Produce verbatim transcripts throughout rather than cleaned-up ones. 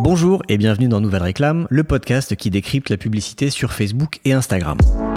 Bonjour et bienvenue dans Nouvelle Réclame, le podcast qui décrypte la publicité sur Facebook et Instagram.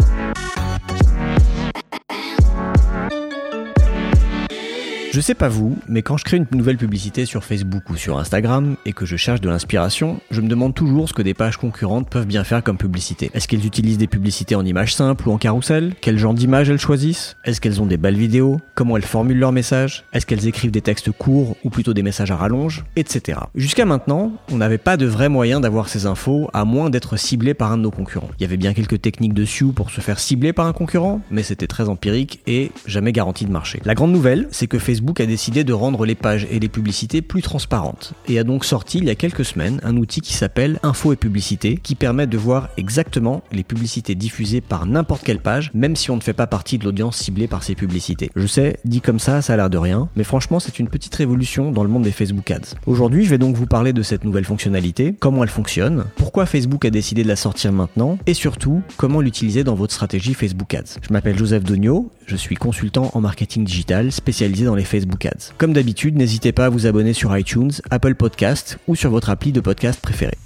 Je sais pas vous, mais quand je crée une nouvelle publicité sur Facebook ou sur Instagram et que je cherche de l'inspiration, je me demande toujours ce que des pages concurrentes peuvent bien faire comme publicité. Est-ce qu'elles utilisent des publicités en images simples ou en carrousel ? Quel genre d'images elles choisissent ? Est-ce qu'elles ont des belles vidéos ? Comment elles formulent leurs messages ? Est-ce qu'elles écrivent des textes courts ou plutôt des messages à rallonge ? Etc. Jusqu'à maintenant, on n'avait pas de vrai moyen d'avoir ces infos à moins d'être ciblé par un de nos concurrents. Il y avait bien quelques techniques de S E O pour se faire cibler par un concurrent, mais c'était très empirique et jamais garanti de marcher. La grande nouvelle, c'est que Facebook Facebook a décidé de rendre les pages et les publicités plus transparentes et a donc sorti il y a quelques semaines un outil qui s'appelle Infos et Publicités qui permet de voir exactement les publicités diffusées par n'importe quelle page, même si on ne fait pas partie de l'audience ciblée par ces publicités. Je sais, dit comme ça, ça a l'air de rien, mais franchement c'est une petite révolution dans le monde des Facebook Ads. Aujourd'hui, je vais donc vous parler de cette nouvelle fonctionnalité, comment elle fonctionne, pourquoi Facebook a décidé de la sortir maintenant et surtout, comment l'utiliser dans votre stratégie Facebook Ads. Je m'appelle Joseph Dogno, je suis consultant en marketing digital spécialisé dans les Facebook Ads. Comme d'habitude, n'hésitez pas à vous abonner sur iTunes, Apple Podcasts ou sur votre appli de podcast préférée.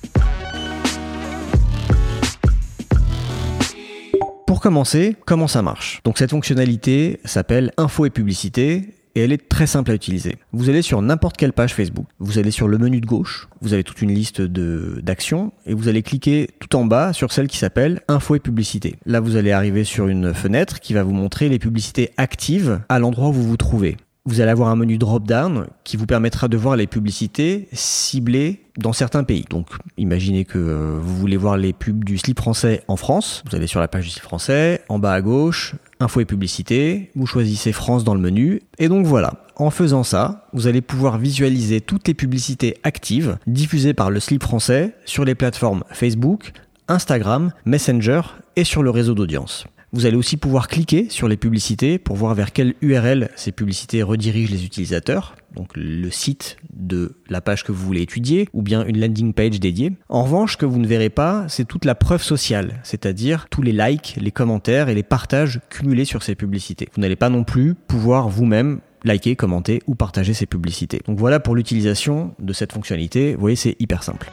Pour commencer, comment ça marche ? Donc cette fonctionnalité s'appelle Infos et Publicités et elle est très simple à utiliser. Vous allez sur n'importe quelle page Facebook, vous allez sur le menu de gauche, vous avez toute une liste de, d'actions et vous allez cliquer tout en bas sur celle qui s'appelle Infos et Publicités. Là, vous allez arriver sur une fenêtre qui va vous montrer les publicités actives à l'endroit où vous vous trouvez. Vous allez avoir un menu drop-down qui vous permettra de voir les publicités ciblées dans certains pays. Donc, imaginez que euh, vous voulez voir les pubs du slip français en France. Vous allez sur la page du slip français, en bas à gauche, infos et publicités. Vous choisissez France dans le menu. Et donc voilà. En faisant ça, vous allez pouvoir visualiser toutes les publicités actives diffusées par le slip français sur les plateformes Facebook, Instagram, Messenger et sur le réseau d'audience. Vous allez aussi pouvoir cliquer sur les publicités pour voir vers quelle U R L ces publicités redirigent les utilisateurs, donc le site de la page que vous voulez étudier ou bien une landing page dédiée. En revanche, ce que vous ne verrez pas, c'est toute la preuve sociale, c'est-à-dire tous les likes, les commentaires et les partages cumulés sur ces publicités. Vous n'allez pas non plus pouvoir vous-même liker, commenter ou partager ces publicités. Donc voilà pour l'utilisation de cette fonctionnalité. Vous voyez, c'est hyper simple.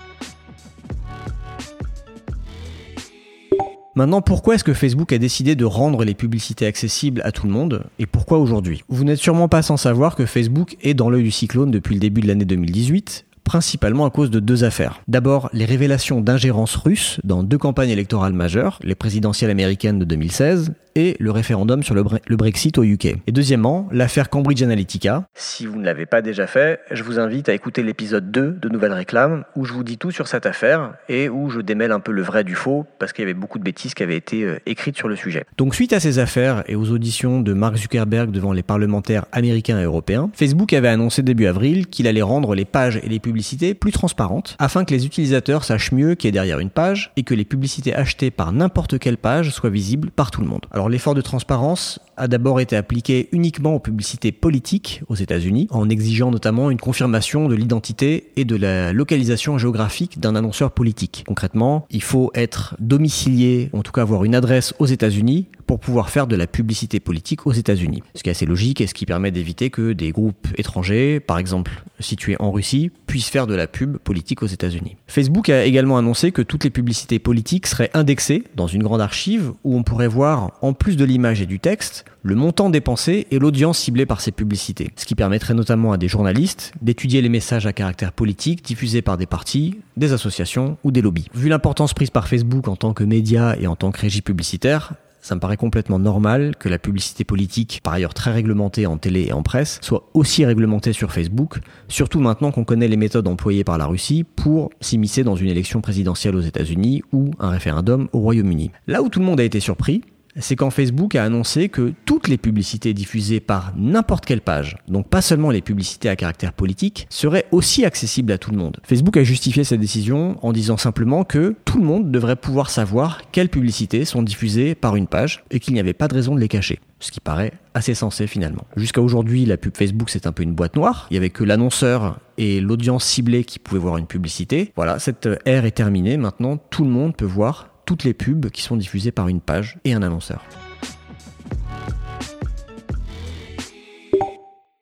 Maintenant, pourquoi est-ce que Facebook a décidé de rendre les publicités accessibles à tout le monde et pourquoi aujourd'hui ? Vous n'êtes sûrement pas sans savoir que Facebook est dans l'œil du cyclone depuis le début de l'année deux mille dix-huit, principalement à cause de deux affaires. D'abord, les révélations d'ingérence russe dans deux campagnes électorales majeures, les présidentielles américaines de deux mille seize et le référendum sur le, bre- le Brexit au U K. Et deuxièmement, l'affaire Cambridge Analytica. Si vous ne l'avez pas déjà fait, je vous invite à écouter l'épisode deux de Nouvelle Réclame où je vous dis tout sur cette affaire et où je démêle un peu le vrai du faux parce qu'il y avait beaucoup de bêtises qui avaient été euh, écrites sur le sujet. Donc suite à ces affaires et aux auditions de Mark Zuckerberg devant les parlementaires américains et européens, Facebook avait annoncé début avril qu'il allait rendre les pages et les publicités plus transparentes afin que les utilisateurs sachent mieux qui est derrière une page et que les publicités achetées par n'importe quelle page soient visibles par tout le monde. Alors l'effort de transparence a d'abord été appliqué uniquement aux publicités politiques aux États-Unis, en exigeant notamment une confirmation de l'identité et de la localisation géographique d'un annonceur politique. Concrètement, il faut être domicilié, en tout cas avoir une adresse aux États-Unis pour pouvoir faire de la publicité politique aux États-Unis. Ce qui est assez logique et ce qui permet d'éviter que des groupes étrangers, par exemple situés en Russie, puissent faire de la pub politique aux États-Unis. Facebook a également annoncé que toutes les publicités politiques seraient indexées dans une grande archive où on pourrait voir, en plus de l'image et du texte, le montant dépensé et l'audience ciblée par ces publicités. Ce qui permettrait notamment à des journalistes d'étudier les messages à caractère politique diffusés par des partis, des associations ou des lobbies. Vu l'importance prise par Facebook en tant que média et en tant que régie publicitaire, ça me paraît complètement normal que la publicité politique, par ailleurs très réglementée en télé et en presse, soit aussi réglementée sur Facebook, surtout maintenant qu'on connaît les méthodes employées par la Russie pour s'immiscer dans une élection présidentielle aux États-Unis ou un référendum au Royaume-Uni. Là où tout le monde a été surpris, c'est quand Facebook a annoncé que toutes les publicités diffusées par n'importe quelle page, donc pas seulement les publicités à caractère politique, seraient aussi accessibles à tout le monde. Facebook a justifié cette décision en disant simplement que tout le monde devrait pouvoir savoir quelles publicités sont diffusées par une page et qu'il n'y avait pas de raison de les cacher. Ce qui paraît assez sensé finalement. Jusqu'à aujourd'hui, la pub Facebook, c'est un peu une boîte noire. Il n'y avait que l'annonceur et l'audience ciblée qui pouvaient voir une publicité. Voilà, cette ère est terminée. Maintenant, tout le monde peut voir toutes les pubs qui sont diffusées par une page et un annonceur.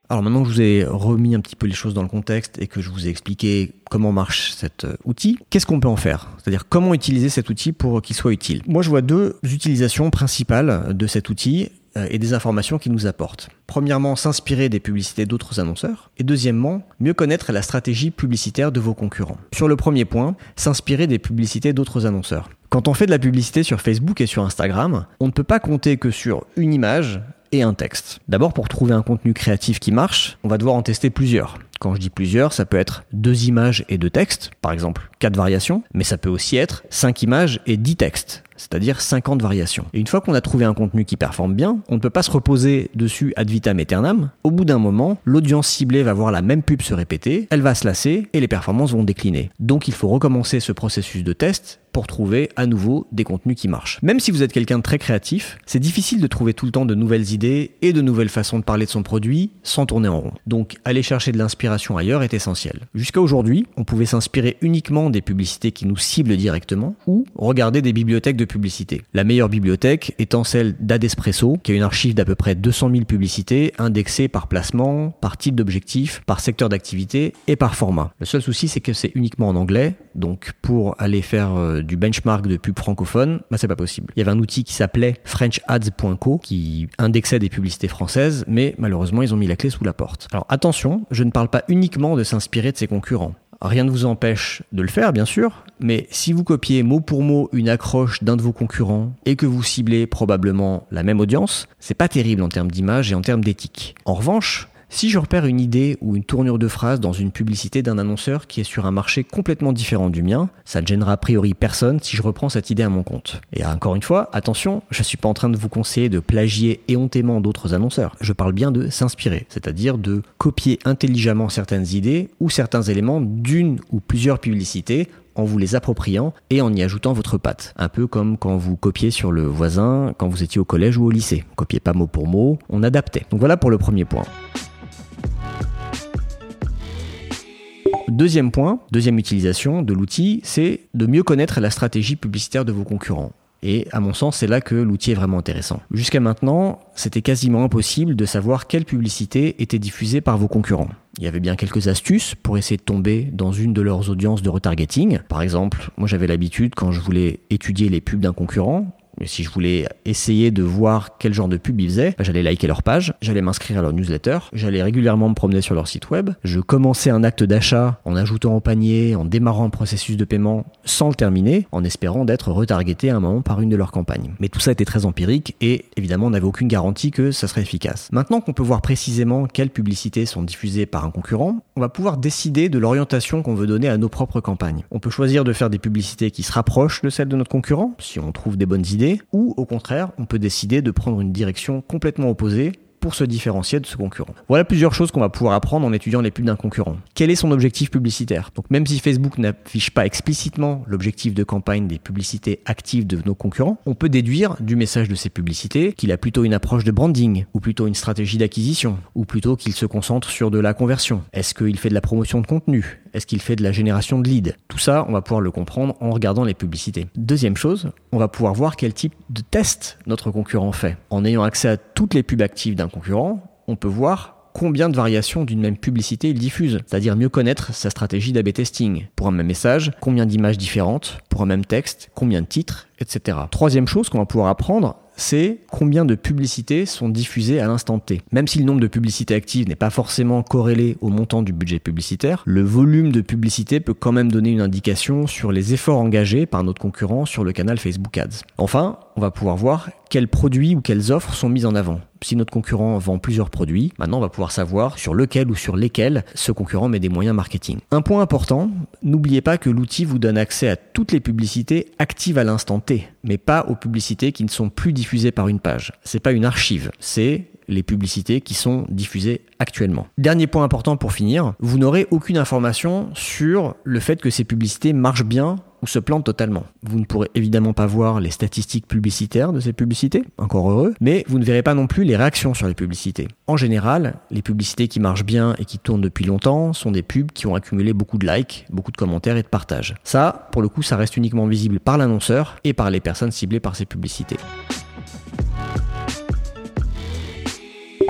Alors maintenant que je vous ai remis un petit peu les choses dans le contexte et que je vous ai expliqué comment marche cet outil, qu'est-ce qu'on peut en faire ? C'est-à-dire comment utiliser cet outil pour qu'il soit utile ? Moi je vois deux utilisations principales de cet outil et des informations qu'il nous apporte. Premièrement, s'inspirer des publicités d'autres annonceurs. Et deuxièmement, mieux connaître la stratégie publicitaire de vos concurrents. Sur le premier point, s'inspirer des publicités d'autres annonceurs. Quand on fait de la publicité sur Facebook et sur Instagram, on ne peut pas compter que sur une image et un texte. D'abord, pour trouver un contenu créatif qui marche, on va devoir en tester plusieurs. Quand je dis plusieurs, ça peut être deux images et deux textes, par exemple quatre variations, mais ça peut aussi être cinq images et dix textes, c'est-à-dire cinquante variations. Et une fois qu'on a trouvé un contenu qui performe bien, on ne peut pas se reposer dessus ad vitam aeternam. Au bout d'un moment, l'audience ciblée va voir la même pub se répéter, elle va se lasser et les performances vont décliner. Donc il faut recommencer ce processus de test pour trouver à nouveau des contenus qui marchent. Même si vous êtes quelqu'un de très créatif, c'est difficile de trouver tout le temps de nouvelles idées et de nouvelles façons de parler de son produit sans tourner en rond. Donc aller chercher de l'inspiration ailleurs est essentiel. Jusqu'à aujourd'hui, on pouvait s'inspirer uniquement des publicités qui nous ciblent directement ou regarder des bibliothèques de publicité. La meilleure bibliothèque étant celle d'Adespresso, qui a une archive d'à peu près deux cent mille publicités indexées par placement, par type d'objectif, par secteur d'activité et par format. Le seul souci, c'est que c'est uniquement en anglais, donc pour aller faire euh, du benchmark de pub francophone, bah c'est pas possible. Il y avait un outil qui s'appelait french ads point co qui indexait des publicités françaises, mais malheureusement ils ont mis la clé sous la porte. Alors attention, je ne parle pas uniquement de s'inspirer de ses concurrents. Rien ne vous empêche de le faire, bien sûr, mais si vous copiez mot pour mot une accroche d'un de vos concurrents et que vous ciblez probablement la même audience, c'est pas terrible en termes d'image et en termes d'éthique. En revanche, si je repère une idée ou une tournure de phrase dans une publicité d'un annonceur qui est sur un marché complètement différent du mien, ça ne gênera a priori personne si je reprends cette idée à mon compte. Et encore une fois, attention, je ne suis pas en train de vous conseiller de plagier éhontément d'autres annonceurs. Je parle bien de s'inspirer, c'est-à-dire de copier intelligemment certaines idées ou certains éléments d'une ou plusieurs publicités en vous les appropriant et en y ajoutant votre patte. Un peu comme quand vous copiez sur le voisin quand vous étiez au collège ou au lycée. On copiait pas mot pour mot, on adaptait. Donc voilà pour le premier point. Deuxième point, deuxième utilisation de l'outil, c'est de mieux connaître la stratégie publicitaire de vos concurrents. Et à mon sens, c'est là que l'outil est vraiment intéressant. Jusqu'à maintenant, c'était quasiment impossible de savoir quelle publicité était diffusée par vos concurrents. Il y avait bien quelques astuces pour essayer de tomber dans une de leurs audiences de retargeting. Par exemple, moi j'avais l'habitude, quand je voulais étudier les pubs d'un concurrent, mais si je voulais essayer de voir quel genre de pub ils faisaient, j'allais liker leur page, j'allais m'inscrire à leur newsletter, j'allais régulièrement me promener sur leur site web, je commençais un acte d'achat en ajoutant au panier, en démarrant un processus de paiement sans le terminer, en espérant d'être retargeté à un moment par une de leurs campagnes. Mais tout ça était très empirique et évidemment on n'avait aucune garantie que ça serait efficace. Maintenant qu'on peut voir précisément quelles publicités sont diffusées par un concurrent, on va pouvoir décider de l'orientation qu'on veut donner à nos propres campagnes. On peut choisir de faire des publicités qui se rapprochent de celles de notre concurrent, si on trouve des bonnes idées, ou au contraire, on peut décider de prendre une direction complètement opposée pour se différencier de ce concurrent. Voilà plusieurs choses qu'on va pouvoir apprendre en étudiant les pubs d'un concurrent. Quel est son objectif publicitaire ? Donc même si Facebook n'affiche pas explicitement l'objectif de campagne des publicités actives de nos concurrents, on peut déduire du message de ces publicités qu'il a plutôt une approche de branding, ou plutôt une stratégie d'acquisition, ou plutôt qu'il se concentre sur de la conversion. Est-ce qu'il fait de la promotion de contenu ? Est-ce qu'il fait de la génération de leads ? Tout ça, on va pouvoir le comprendre en regardant les publicités. Deuxième chose, on va pouvoir voir quel type de test notre concurrent fait. En ayant accès à toutes les pubs actives d'un concurrent, on peut voir combien de variations d'une même publicité il diffuse, c'est-à-dire mieux connaître sa stratégie d'A B testing. Pour un même message, combien d'images différentes, pour un même texte, combien de titres, et cetera. Troisième chose qu'on va pouvoir apprendre, c'est combien de publicités sont diffusées à l'instant T. Même si le nombre de publicités actives n'est pas forcément corrélé au montant du budget publicitaire, le volume de publicité peut quand même donner une indication sur les efforts engagés par notre concurrent sur le canal Facebook Ads. Enfin, on va pouvoir voir quels produits ou quelles offres sont mis en avant. Si notre concurrent vend plusieurs produits, maintenant on va pouvoir savoir sur lequel ou sur lesquels ce concurrent met des moyens marketing. Un point important, n'oubliez pas que l'outil vous donne accès à toutes les publicités actives à l'instant T, mais pas aux publicités qui ne sont plus diffusées par une page. C'est pas une archive, c'est les publicités qui sont diffusées actuellement. Dernier point important pour finir, vous n'aurez aucune information sur le fait que ces publicités marchent bien ou se plantent totalement. Vous ne pourrez évidemment pas voir les statistiques publicitaires de ces publicités, encore heureux, mais vous ne verrez pas non plus les réactions sur les publicités. En général, les publicités qui marchent bien et qui tournent depuis longtemps sont des pubs qui ont accumulé beaucoup de likes, beaucoup de commentaires et de partages. Ça, pour le coup, ça reste uniquement visible par l'annonceur et par les personnes ciblées par ces publicités.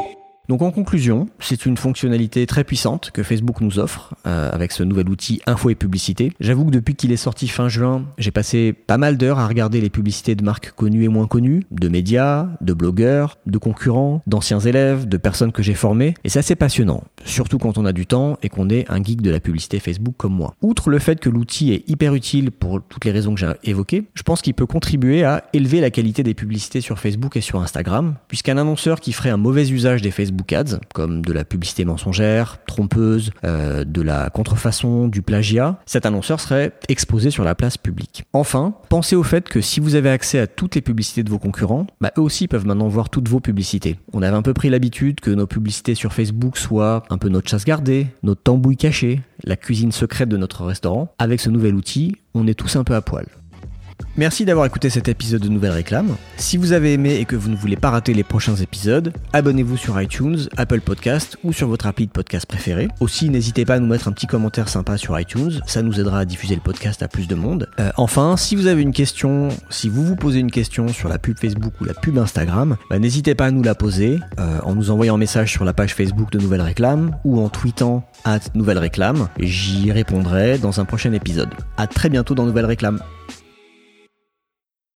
Donc en conclusion, c'est une fonctionnalité très puissante que Facebook nous offre euh, avec ce nouvel outil info et publicité. J'avoue que depuis qu'il est sorti fin juin, j'ai passé pas mal d'heures à regarder les publicités de marques connues et moins connues, de médias, de blogueurs, de concurrents, d'anciens élèves, de personnes que j'ai formées, et c'est assez passionnant, surtout quand on a du temps et qu'on est un geek de la publicité Facebook comme moi. Outre le fait que l'outil est hyper utile pour toutes les raisons que j'ai évoquées, je pense qu'il peut contribuer à élever la qualité des publicités sur Facebook et sur Instagram, puisqu'un annonceur qui ferait un mauvais usage des Facebook Ads, comme de la publicité mensongère, trompeuse, euh, de la contrefaçon, du plagiat, cet annonceur serait exposé sur la place publique. Enfin, pensez au fait que si vous avez accès à toutes les publicités de vos concurrents, bah eux aussi peuvent maintenant voir toutes vos publicités. On avait un peu pris l'habitude que nos publicités sur Facebook soient un peu notre chasse gardée, notre tambouille cachée, la cuisine secrète de notre restaurant. Avec ce nouvel outil, on est tous un peu à poil. Merci d'avoir écouté cet épisode de Nouvelle Réclame. Si vous avez aimé et que vous ne voulez pas rater les prochains épisodes, abonnez-vous sur iTunes, Apple Podcast ou sur votre appli de podcast préféré. Aussi, n'hésitez pas à nous mettre un petit commentaire sympa sur iTunes, ça nous aidera à diffuser le podcast à plus de monde. Euh, enfin, si vous avez une question, si vous vous posez une question sur la pub Facebook ou la pub Instagram, bah, n'hésitez pas à nous la poser euh, en nous envoyant un message sur la page Facebook de Nouvelle Réclame ou en tweetant arobase Nouvelle Réclame. J'y répondrai dans un prochain épisode. À très bientôt dans Nouvelle Réclame.